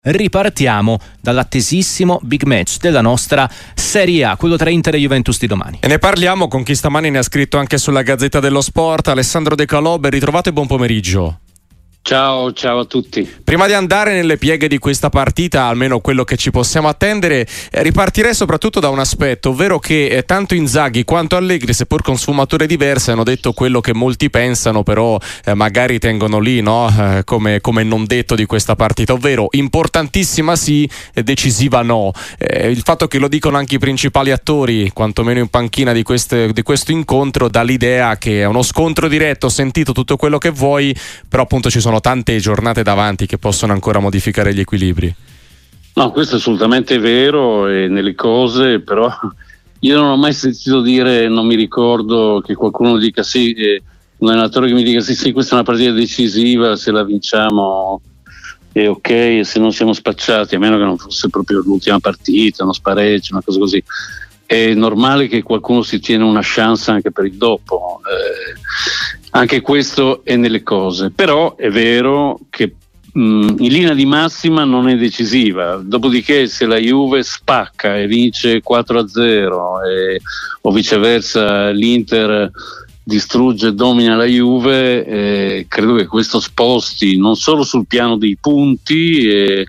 Ripartiamo dall'attesissimo big match della nostra Serie A, quello tra Inter e Juventus di domani. E ne parliamo con chi stamani ne ha scritto anche sulla Gazzetta dello Sport, Alessandro De Calò. Ben ritrovato e buon pomeriggio. Ciao a tutti. Prima di andare nelle pieghe di questa partita, almeno quello che ci possiamo attendere, ripartirei soprattutto da un aspetto, ovvero che tanto Inzaghi quanto Allegri, seppur con sfumature diverse, hanno detto quello che molti pensano, però magari tengono lì, no? Come non detto di questa partita, ovvero importantissima sì, decisiva no. Il fatto che lo dicono anche i principali attori, quantomeno in panchina di questo incontro, dà l'idea che è uno scontro diretto, sentito tutto quello che vuoi, però appunto ci sono tante giornate davanti che possono ancora modificare gli equilibri. No, questo è assolutamente vero, e nelle cose, però io non ho mai sentito dire, non mi ricordo che qualcuno dica sì, un allenatore che mi dica sì, questa è una partita decisiva, se la vinciamo è ok, e se non siamo spacciati, a meno che non fosse proprio l'ultima partita, uno spareggio, una cosa così. È normale che qualcuno si tiene una chance anche per il dopo, anche questo è nelle cose, però è vero che in linea di massima non è decisiva, dopodiché se la Juve spacca e vince 4-0 o viceversa l'Inter distrugge e domina la Juve, credo che questo sposti non solo sul piano dei punti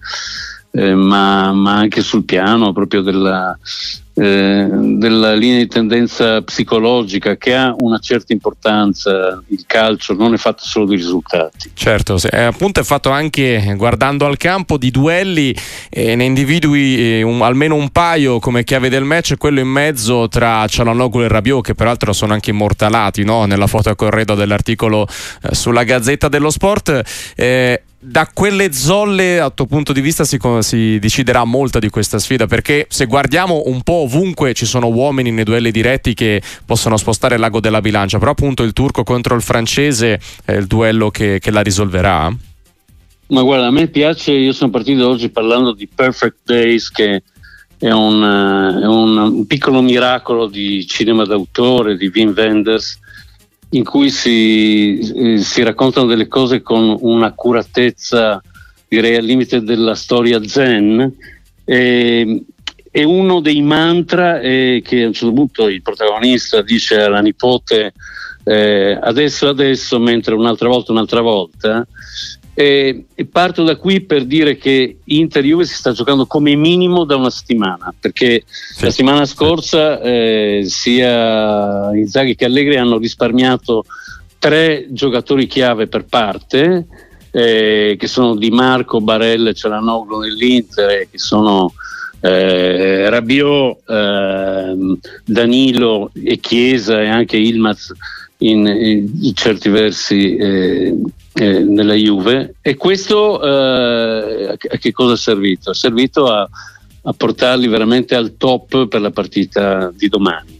ma anche sul piano proprio della linea di tendenza psicologica, che ha una certa importanza. Il calcio non è fatto solo di risultati. Certo, appunto è fatto anche guardando al campo di duelli, ne individui almeno un paio come chiave del match, quello in mezzo tra Çalhanoğlu e Rabiot, che peraltro sono anche immortalati, no? Nella foto a corredo dell'articolo sulla Gazzetta dello Sport. Da quelle zolle, dal tuo punto di vista, si deciderà molto di questa sfida, perché se guardiamo un po' ovunque ci sono uomini nei duelli diretti che possono spostare l'ago della bilancia, però appunto il turco contro il francese è il duello che la risolverà. Ma guarda, a me piace, io sono partito oggi parlando di Perfect Days, che è un piccolo miracolo di cinema d'autore di Wim Wenders, in cui si raccontano delle cose con un'accuratezza, direi al limite della storia zen, e uno dei mantra è che a un certo punto il protagonista dice alla nipote adesso, mentre un'altra volta, e parto da qui per dire che Inter-Juve si sta giocando come minimo da una settimana, perché la settimana scorsa sia Inzaghi che Allegri hanno risparmiato 3 giocatori chiave per parte, che sono Di Marco, Barella e Çalhanoğlu nell'Inter, che sono Rabiot, Danilo e Chiesa, e anche Yilmaz in certi versi nella Juve. E questo a che cosa è servito? È servito a portarli veramente al top per la partita di domani.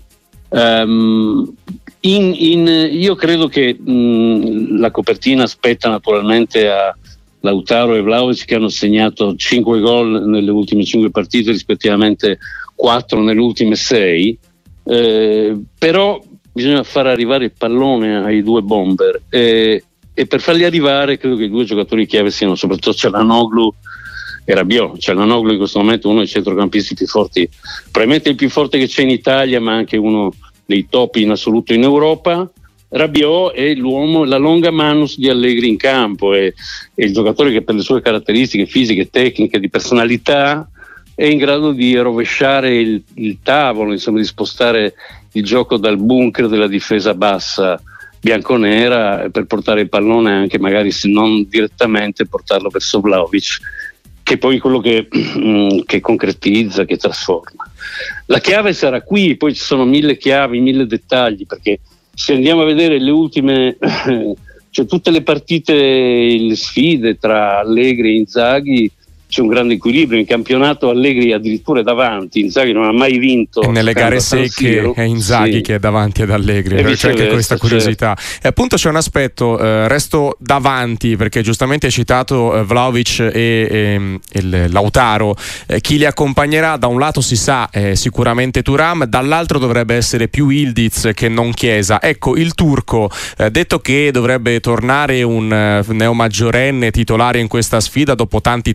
Io credo che la copertina spetta naturalmente a Lautaro e Vlahovic, che hanno segnato 5 gol nelle ultime 5 partite, rispettivamente 4 nelle ultime 6, però bisogna far arrivare il pallone ai 2 bomber, e per farli arrivare credo che i 2 giocatori chiave siano soprattutto Çalhanoğlu e Rabiot. Çalhanoğlu in questo momento è uno dei centrocampisti più forti, probabilmente il più forte che c'è in Italia, ma anche uno dei top in assoluto in Europa. Rabiot è la longa manus di Allegri in campo, è il giocatore che per le sue caratteristiche fisiche, tecniche, di personalità è in grado di rovesciare il tavolo, insomma di spostare il gioco dal bunker della difesa bassa bianconera per portare il pallone, anche magari se non direttamente portarlo verso Vlahovic, che è poi quello che concretizza, che trasforma. La chiave sarà qui, poi ci sono 1000 chiavi, 1000 dettagli, perché se andiamo a vedere le ultime cioè tutte le partite, le sfide tra Allegri e Inzaghi, c'è un grande equilibrio. In campionato Allegri addirittura è davanti, Inzaghi non ha mai vinto. E nelle gare secche è Inzaghi che è davanti ad Allegri, c'è anche questa curiosità. E appunto c'è un aspetto, resto davanti, perché giustamente hai citato Vlahovic e Lautaro, chi li accompagnerà da un lato si sa sicuramente Thuram, dall'altro dovrebbe essere più Yildiz che non Chiesa. Ecco, il turco, detto che dovrebbe tornare un neo maggiorenne titolare in questa sfida dopo tanti anni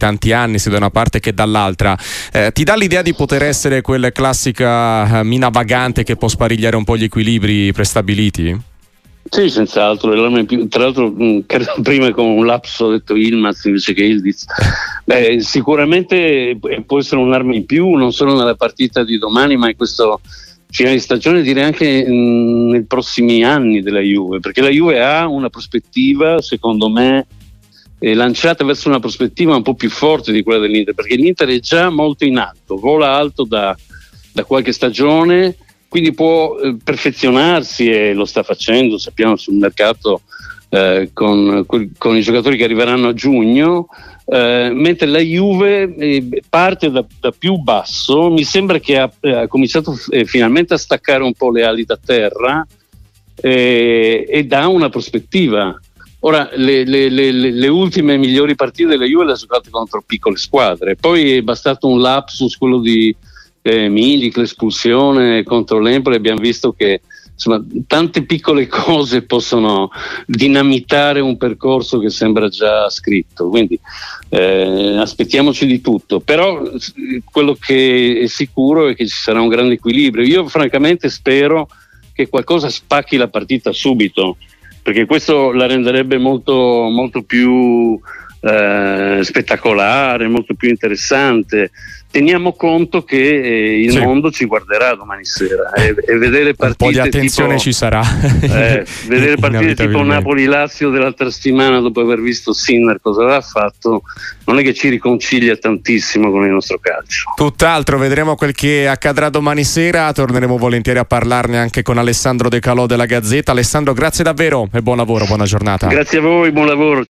anni sia da una parte che dall'altra, ti dà l'idea di poter essere quella classica mina vagante che può sparigliare un po' gli equilibri prestabiliti? Sì, senz'altro. Tra l'altro, credo prima con un lapso ho detto Yilmaz invece che Yildiz. Sicuramente può essere un'arma in più, non solo nella partita di domani, ma in questo finale di stagione, direi anche nei prossimi anni della Juve, perché la Juve ha una prospettiva, secondo me, lanciata verso una prospettiva un po' più forte di quella dell'Inter, perché l'Inter è già molto in alto, vola alto da qualche stagione, quindi può perfezionarsi e lo sta facendo, sappiamo, sul mercato con i giocatori che arriveranno a giugno, mentre la Juve parte da più basso. Mi sembra che ha cominciato finalmente a staccare un po' le ali da terra e dà una prospettiva. Ora, le ultime migliori partite della Juve le ha giocate contro piccole squadre, poi è bastato un lapsus, quello di Milik, l'espulsione contro l'Empoli. Abbiamo visto che insomma tante piccole cose possono dinamitare un percorso che sembra già scritto, quindi aspettiamoci di tutto, però quello che è sicuro è che ci sarà un grande equilibrio. Io francamente spero che qualcosa spacchi la partita subito, perché questo la renderebbe molto, molto più spettacolare, molto più interessante. Teniamo conto che il mondo ci guarderà domani sera e vedere partite, un po' di attenzione tipo, ci sarà. Vedere partite tipo Napoli-Lazio dell'altra settimana, dopo aver visto Sinner cosa aveva fatto, non è che ci riconcilia tantissimo con il nostro calcio. Tutt'altro, vedremo quel che accadrà domani sera. Torneremo volentieri a parlarne anche con Alessandro De Calò della Gazzetta. Alessandro, grazie davvero e buon lavoro, buona giornata. Grazie a voi, buon lavoro.